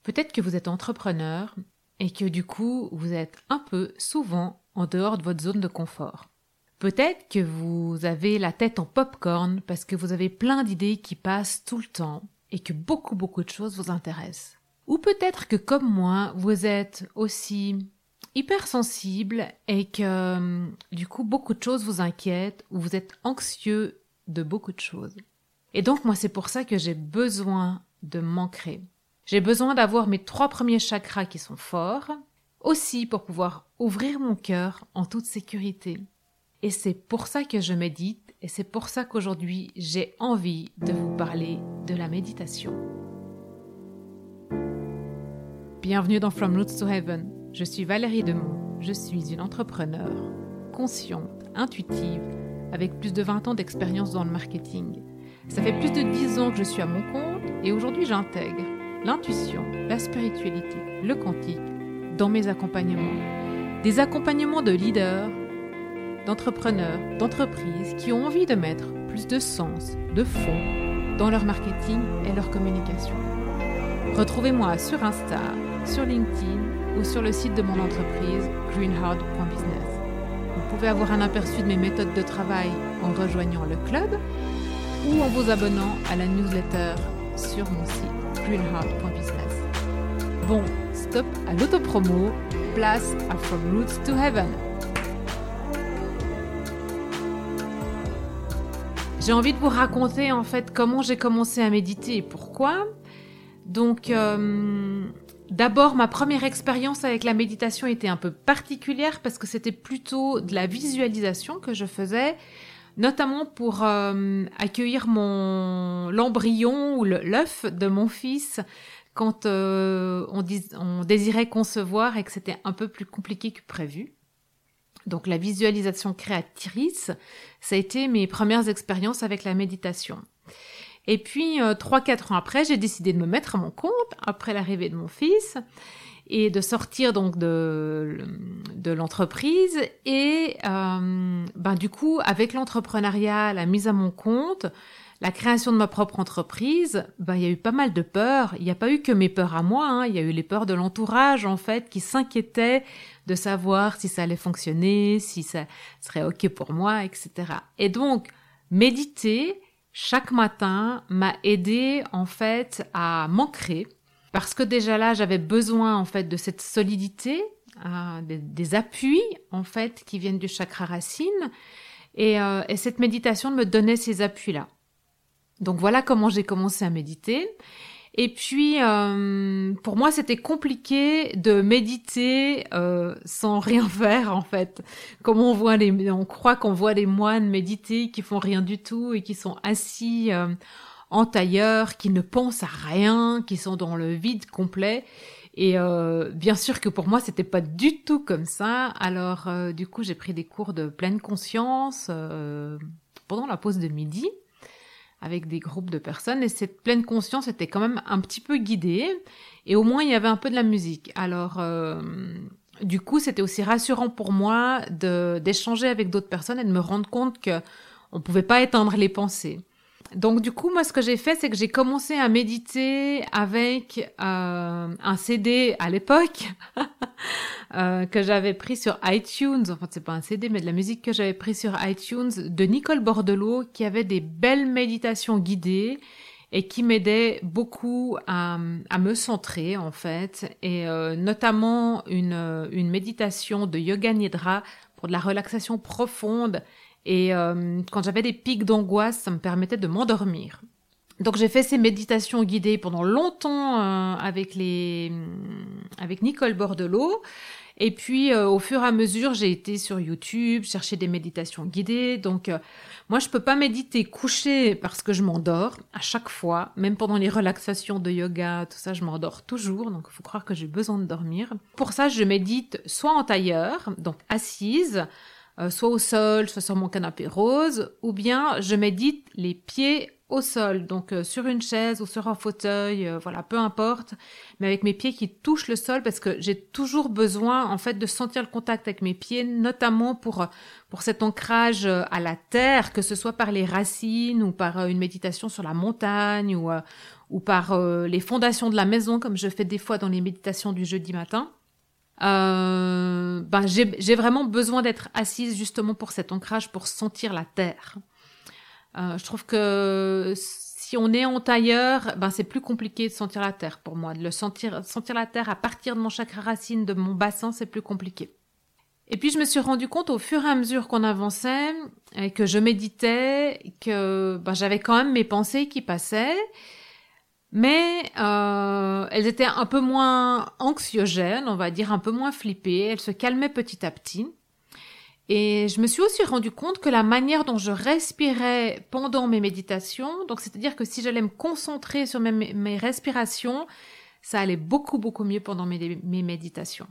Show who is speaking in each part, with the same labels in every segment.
Speaker 1: Peut-être que vous êtes entrepreneur et que du coup, vous êtes un peu souvent en dehors de votre zone de confort. Peut-être que vous avez la tête en popcorn parce que vous avez plein d'idées qui passent tout le temps et que beaucoup de choses vous intéressent. Ou peut-être que comme moi, vous êtes aussi hypersensible et que du coup, beaucoup de choses vous inquiètent ou vous êtes anxieux de beaucoup de choses. Et donc, moi, c'est pour ça que j'ai besoin de m'ancrer. J'ai besoin d'avoir mes 3 premiers chakras qui sont forts, aussi pour pouvoir ouvrir mon cœur en toute sécurité. Et c'est pour ça que je médite, et c'est pour ça qu'aujourd'hui, j'ai envie de vous parler de la méditation. Bienvenue dans From Roots to Heaven. Je suis Valérie Demont, je suis une entrepreneure, consciente, intuitive, avec plus de 20 ans d'expérience dans le marketing. Ça fait plus de 10 ans que je suis à mon compte, et aujourd'hui j'intègre l'intuition, la spiritualité, le quantique dans mes accompagnements. Des accompagnements de leaders, d'entrepreneurs, d'entreprises qui ont envie de mettre plus de sens, de fond dans leur marketing et leur communication. Retrouvez-moi sur Insta, sur LinkedIn ou sur le site de mon entreprise greenheart.business. Vous pouvez avoir un aperçu de mes méthodes de travail en rejoignant le club ou en vous abonnant à la newsletter sur mon site greenheart.business. Bon, stop à l'autopromo, place à From Roots to Heaven. J'ai envie de vous raconter en fait comment j'ai commencé à méditer et pourquoi. Donc, d'abord, ma première expérience avec la méditation était un peu particulière parce que c'était plutôt de la visualisation que je faisais, notamment pour accueillir l'embryon ou l'œuf de mon fils quand on désirait concevoir et que c'était un peu plus compliqué que prévu. Donc la visualisation créatrice, ça a été mes premières expériences avec la méditation. Et puis 3-4 ans après, j'ai décidé de me mettre à mon compte après l'arrivée de mon fils et de sortir donc de l'entreprise et du coup avec l'entrepreneuriat, la mise à mon compte, la création de ma propre entreprise, il y a eu pas mal de peurs. Il n'y a pas eu que mes peurs à moi, il y a eu les peurs de l'entourage en fait qui s'inquiétaient de savoir si ça allait fonctionner, si ça serait ok pour moi, etc. Et donc méditer chaque matin m'a aidé en fait à m'ancrer parce que déjà là j'avais besoin en fait de cette solidité, des appuis en fait qui viennent du chakra racine et cette méditation me donnait ces appuis là. Donc voilà comment j'ai commencé à méditer. Et puis pour moi c'était compliqué de méditer sans rien faire en fait. Comme on croit qu'on voit les moines méditer qui font rien du tout et qui sont assis en tailleur, qui ne pensent à rien, qui sont dans le vide complet. Et bien sûr que pour moi c'était pas du tout comme ça. Alors du coup j'ai pris des cours de pleine conscience pendant la pause de midi avec des groupes de personnes, et cette pleine conscience était quand même un petit peu guidée, et au moins il y avait un peu de la musique. Alors, du coup, c'était aussi rassurant pour moi d'échanger avec d'autres personnes et de me rendre compte que on pouvait pas éteindre les pensées. Donc du coup, moi, ce que j'ai fait, c'est que j'ai commencé à méditer avec un CD à l'époque que j'avais pris sur iTunes. Enfin, c'est pas un CD, mais de la musique que j'avais pris sur iTunes de Nicole Bordelot, qui avait des belles méditations guidées et qui m'aidait beaucoup à me centrer, en fait. Et notamment une méditation de Yoga Nidra pour de la relaxation profonde. Et quand j'avais des pics d'angoisse, ça me permettait de m'endormir. Donc j'ai fait ces méditations guidées pendant longtemps avec Nicole Bordelot. Et puis au fur et à mesure, j'ai été sur YouTube, chercher des méditations guidées. Donc moi, je peux pas méditer couchée parce que je m'endors à chaque fois. Même pendant les relaxations de yoga, tout ça, je m'endors toujours. Donc il faut croire que j'ai besoin de dormir. Pour ça, je médite soit en tailleur, donc assise, soit au sol, soit sur mon canapé rose, ou bien je médite les pieds au sol, donc sur une chaise ou sur un fauteuil, voilà, peu importe, mais avec mes pieds qui touchent le sol parce que j'ai toujours besoin en fait de sentir le contact avec mes pieds, notamment pour cet ancrage à la terre, que ce soit par les racines ou par une méditation sur la montagne ou par les fondations de la maison, comme je fais des fois dans les méditations du jeudi matin. J'ai vraiment besoin d'être assise justement pour cet ancrage, pour sentir la terre. Je trouve que si on est en tailleur, c'est plus compliqué de sentir la terre pour moi. De le sentir la terre à partir de mon chakra racine, de mon bassin, c'est plus compliqué. Et puis je me suis rendu compte au fur et à mesure qu'on avançait, et que je méditais, que j'avais quand même mes pensées qui passaient, mais elles étaient un peu moins anxiogènes, on va dire, un peu moins flippées, elles se calmaient petit à petit. Et je me suis aussi rendu compte que la manière dont je respirais pendant mes méditations, donc c'est-à-dire que si j'allais me concentrer sur mes respirations, ça allait beaucoup, beaucoup mieux pendant mes méditations.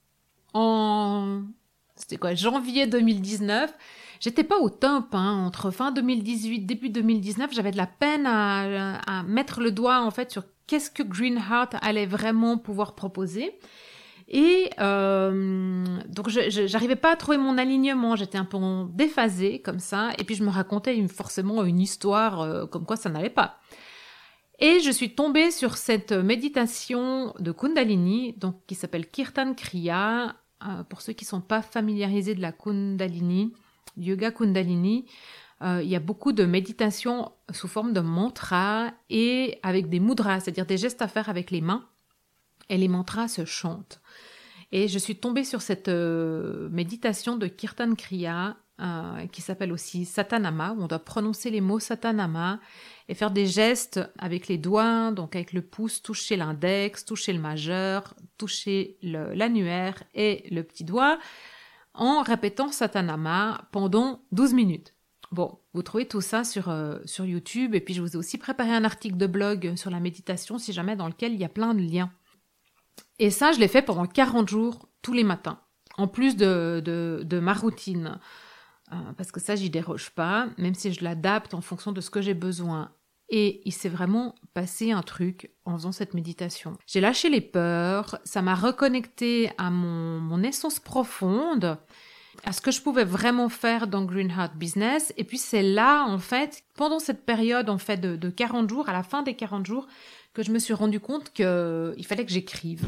Speaker 1: C'était quoi, janvier 2019, j'étais pas au top, entre fin 2018, début 2019, j'avais de la peine à mettre le doigt en fait sur qu'est-ce que Green Heart allait vraiment pouvoir proposer. Et donc j'arrivais pas à trouver mon alignement, j'étais un peu déphasée comme ça, et puis je me racontais forcément une histoire comme quoi ça n'allait pas. Et je suis tombée sur cette méditation de Kundalini, donc qui s'appelle Kirtan Kriya. Pour ceux qui ne sont pas familiarisés de la Kundalini, du yoga Kundalini, il y a beaucoup de méditations sous forme de mantras et avec des mudras, c'est-à-dire des gestes à faire avec les mains. Et les mantras se chantent. Et je suis tombée sur cette méditation de Kirtan Kriya qui s'appelle aussi Satanama, où on doit prononcer les mots Satanama et faire des gestes avec les doigts, donc avec le pouce, toucher l'index, toucher le majeur, toucher l'annulaire et le petit doigt, en répétant Satanama pendant 12 minutes. Bon, vous trouvez tout ça sur YouTube, et puis je vous ai aussi préparé un article de blog sur la méditation, si jamais, dans lequel il y a plein de liens. Et ça, je l'ai fait pendant 40 jours, tous les matins, en plus de ma routine. Parce que ça, j'y déroge pas, même si je l'adapte en fonction de ce que j'ai besoin. Et il s'est vraiment passé un truc en faisant cette méditation. J'ai lâché les peurs, ça m'a reconnecté à mon essence profonde, à ce que je pouvais vraiment faire dans Green Heart Business. Et puis c'est là, en fait, pendant cette période en fait de 40 jours, à la fin des 40 jours, que je me suis rendu compte qu'il fallait que j'écrive.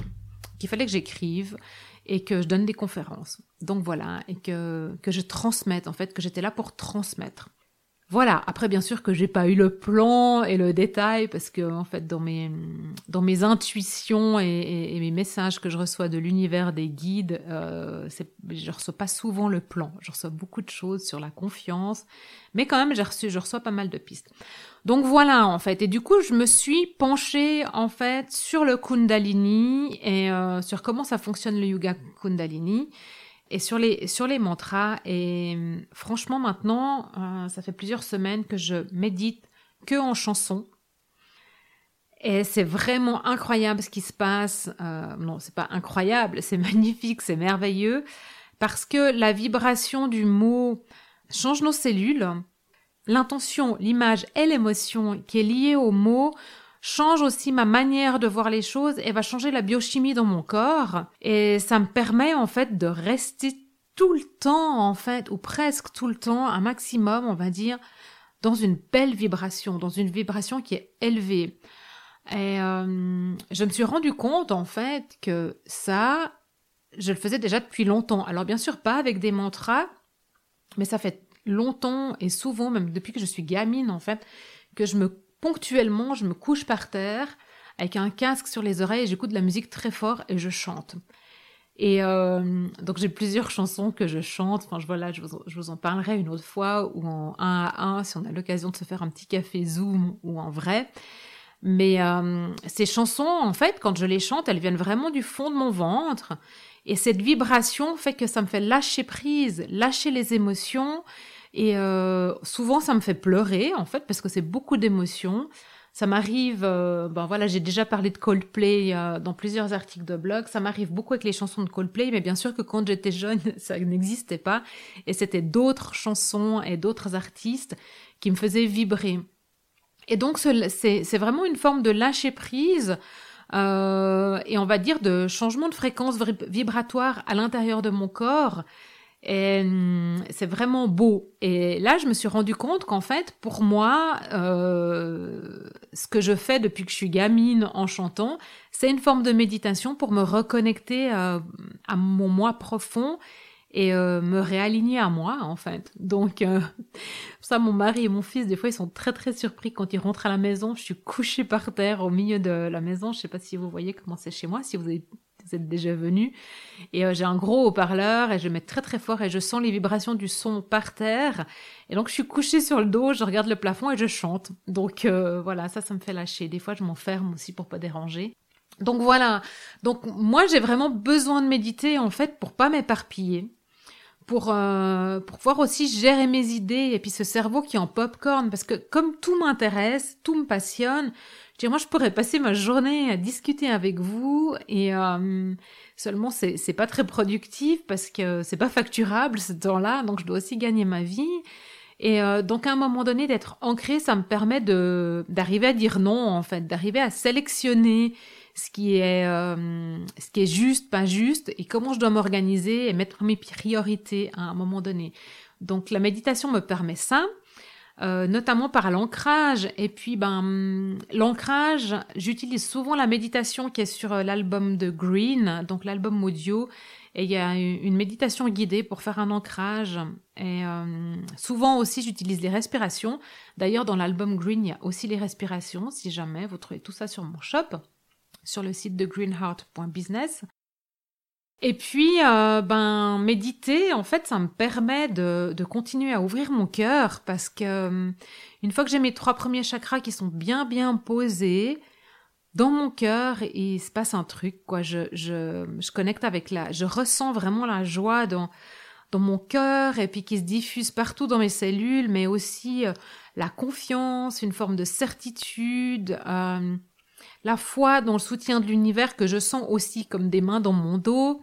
Speaker 1: Et que je donne des conférences. Donc voilà, et que je transmette, en fait, que j'étais là pour transmettre. Voilà, après bien sûr que j'ai pas eu le plan et le détail, parce que en fait dans mes intuitions et mes messages que je reçois de l'univers des guides, je reçois pas souvent le plan. Je reçois beaucoup de choses sur la confiance, mais quand même je reçois pas mal de pistes. Donc voilà en fait, et du coup je me suis penchée en fait sur le Kundalini et sur comment ça fonctionne le yoga Kundalini. Et sur les mantras, et franchement maintenant, ça fait plusieurs semaines que je médite que en chanson. Et c'est vraiment incroyable ce qui se passe. Non, c'est pas incroyable, c'est magnifique, c'est merveilleux. Parce que la vibration du mot change nos cellules. L'intention, l'image et l'émotion qui est liée au mot change aussi ma manière de voir les choses et va changer la biochimie dans mon corps. Et ça me permet en fait de rester tout le temps en fait, ou presque tout le temps, un maximum on va dire, dans une belle vibration, dans une vibration qui est élevée. Et je me suis rendu compte en fait que ça, je le faisais déjà depuis longtemps. Alors bien sûr pas avec des mantras, mais ça fait longtemps et souvent, même depuis que je suis gamine en fait, que ponctuellement, je me couche par terre avec un casque sur les oreilles et j'écoute de la musique très fort et je chante. Et donc j'ai plusieurs chansons que je chante. Enfin voilà, je vous en parlerai une autre fois, ou en 1 à 1 si on a l'occasion de se faire un petit café Zoom ou en vrai. Mais ces chansons, en fait, quand je les chante, elles viennent vraiment du fond de mon ventre. Et cette vibration fait que ça me fait lâcher prise, lâcher les émotions. Et souvent, ça me fait pleurer, en fait, parce que c'est beaucoup d'émotions. Ça m'arrive, voilà, j'ai déjà parlé de Coldplay dans plusieurs articles de blog. Ça m'arrive beaucoup avec les chansons de Coldplay, mais bien sûr que quand j'étais jeune, ça n'existait pas. Et c'était d'autres chansons et d'autres artistes qui me faisaient vibrer. Et donc, c'est vraiment une forme de lâcher-prise et on va dire de changement de fréquence vibratoire à l'intérieur de mon corps. Et c'est vraiment beau. Et là, je me suis rendu compte qu'en fait, pour moi, ce que je fais depuis que je suis gamine en chantant, c'est une forme de méditation pour me reconnecter à mon moi profond et me réaligner à moi, en fait. Donc, ça, mon mari et mon fils, des fois, ils sont très, très surpris quand ils rentrent à la maison. Je suis couchée par terre au milieu de la maison. Je sais pas si vous voyez comment c'est chez moi, si vous êtes déjà venus. Et j'ai un gros haut-parleur et je mets très très fort et je sens les vibrations du son par terre. Et donc je suis couchée sur le dos, je regarde le plafond et je chante. Donc voilà, ça me fait lâcher. Des fois je m'enferme aussi pour pas déranger. Donc voilà. Donc moi j'ai vraiment besoin de méditer en fait pour pas m'éparpiller. Pour pouvoir aussi gérer mes idées et puis ce cerveau qui est en popcorn. Parce que comme tout m'intéresse, tout me passionne, moi, je pourrais passer ma journée à discuter avec vous et seulement c'est pas très productif parce que c'est pas facturable ce temps-là, donc je dois aussi gagner ma vie. Et donc à un moment donné d'être ancré, ça me permet d'arriver à dire non en fait, d'arriver à sélectionner ce qui est juste, pas juste, et comment je dois m'organiser et mettre mes priorités à un moment donné. Donc la méditation me permet ça. Notamment par l'ancrage. Et puis, l'ancrage, j'utilise souvent la méditation qui est sur l'album de Green, donc l'album audio. Et il y a une méditation guidée pour faire un ancrage. Et souvent aussi, j'utilise les respirations. D'ailleurs, dans l'album Green, il y a aussi les respirations. Si jamais, vous trouvez tout ça sur mon shop, sur le site de greenheart.business. Et puis, méditer, en fait, ça me permet de continuer à ouvrir mon cœur parce que une fois que j'ai mes 3 premiers chakras qui sont bien posés, dans mon cœur, il se passe un truc, quoi. Je connecte avec je ressens vraiment la joie dans mon cœur et puis qui se diffuse partout dans mes cellules, mais aussi la confiance, une forme de certitude, la foi dans le soutien de l'univers que je sens aussi comme des mains dans mon dos.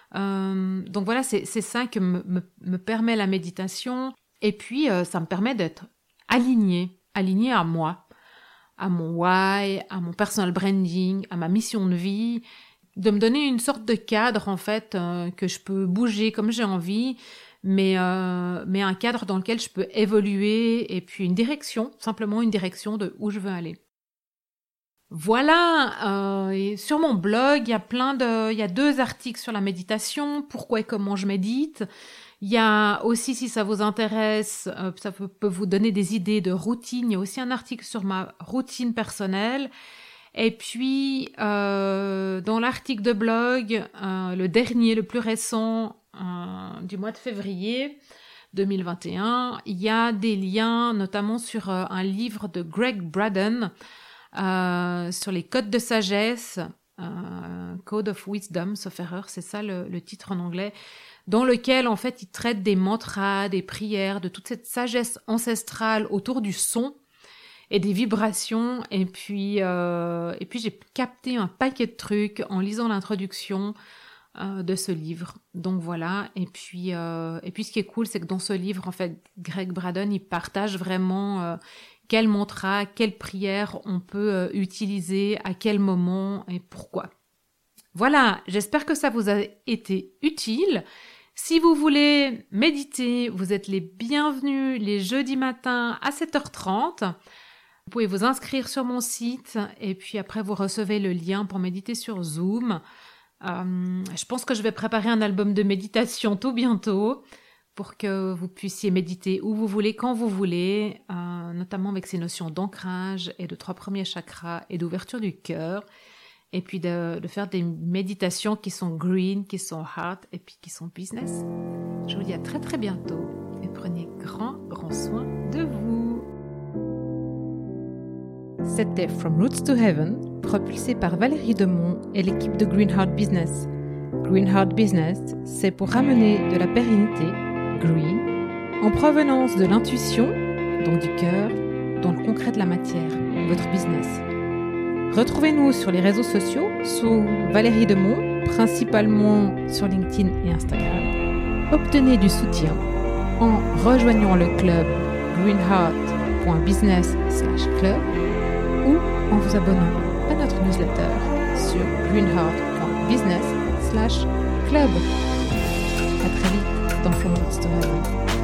Speaker 1: Donc voilà, c'est ça que me permet la méditation. Et puis, ça me permet d'être alignée à moi, à mon why, à mon personal branding, à ma mission de vie, de me donner une sorte de cadre, en fait, que je peux bouger comme j'ai envie, mais un cadre dans lequel je peux évoluer, et puis une direction, simplement une direction de où je veux aller. Voilà, et sur mon blog, il y a 2 articles sur la méditation, pourquoi et comment je médite. Il y a aussi, si ça vous intéresse, ça peut vous donner des idées de routine. Il y a aussi un article sur ma routine personnelle. Et puis, dans l'article de blog, le dernier, le plus récent, du mois de février 2021, il y a des liens, notamment sur un livre de Greg Braden, sur les codes de sagesse, Code of Wisdom, sauf erreur, c'est ça le titre en anglais, dans lequel en fait il traite des mantras, des prières, de toute cette sagesse ancestrale autour du son et des vibrations. Et puis j'ai capté un paquet de trucs en lisant l'introduction de ce livre. Donc voilà. Et puis ce qui est cool, c'est que dans ce livre, en fait, Greg Braden, il partage vraiment quel mantra, quelle prière on peut utiliser, à quel moment et pourquoi. Voilà, j'espère que ça vous a été utile. Si vous voulez méditer, vous êtes les bienvenus les jeudis matins à 7h30. Vous pouvez vous inscrire sur mon site et puis après vous recevez le lien pour méditer sur Zoom. Je pense que je vais préparer un album de méditation tout bientôt, pour que vous puissiez méditer où vous voulez, quand vous voulez, notamment avec ces notions d'ancrage et de 3 premiers chakras et d'ouverture du cœur, et puis de faire des méditations qui sont green, qui sont heart et puis qui sont business. Je vous dis à très très bientôt et prenez grand soin de vous. C'était From Roots to Heaven, propulsé par Valérie Demont et l'équipe de Greenheart Business. Greenheart Business, c'est pour ramener de la pérennité green, en provenance de l'intuition, donc du cœur, dans le concret de la matière, votre business. Retrouvez-nous sur les réseaux sociaux, sous Valérie Demont, principalement sur LinkedIn et Instagram. Obtenez du soutien en rejoignant le club greenheart.business/club ou en vous abonnant à notre newsletter sur greenheart.business/club. À très vite. dans From Roots to Heaven.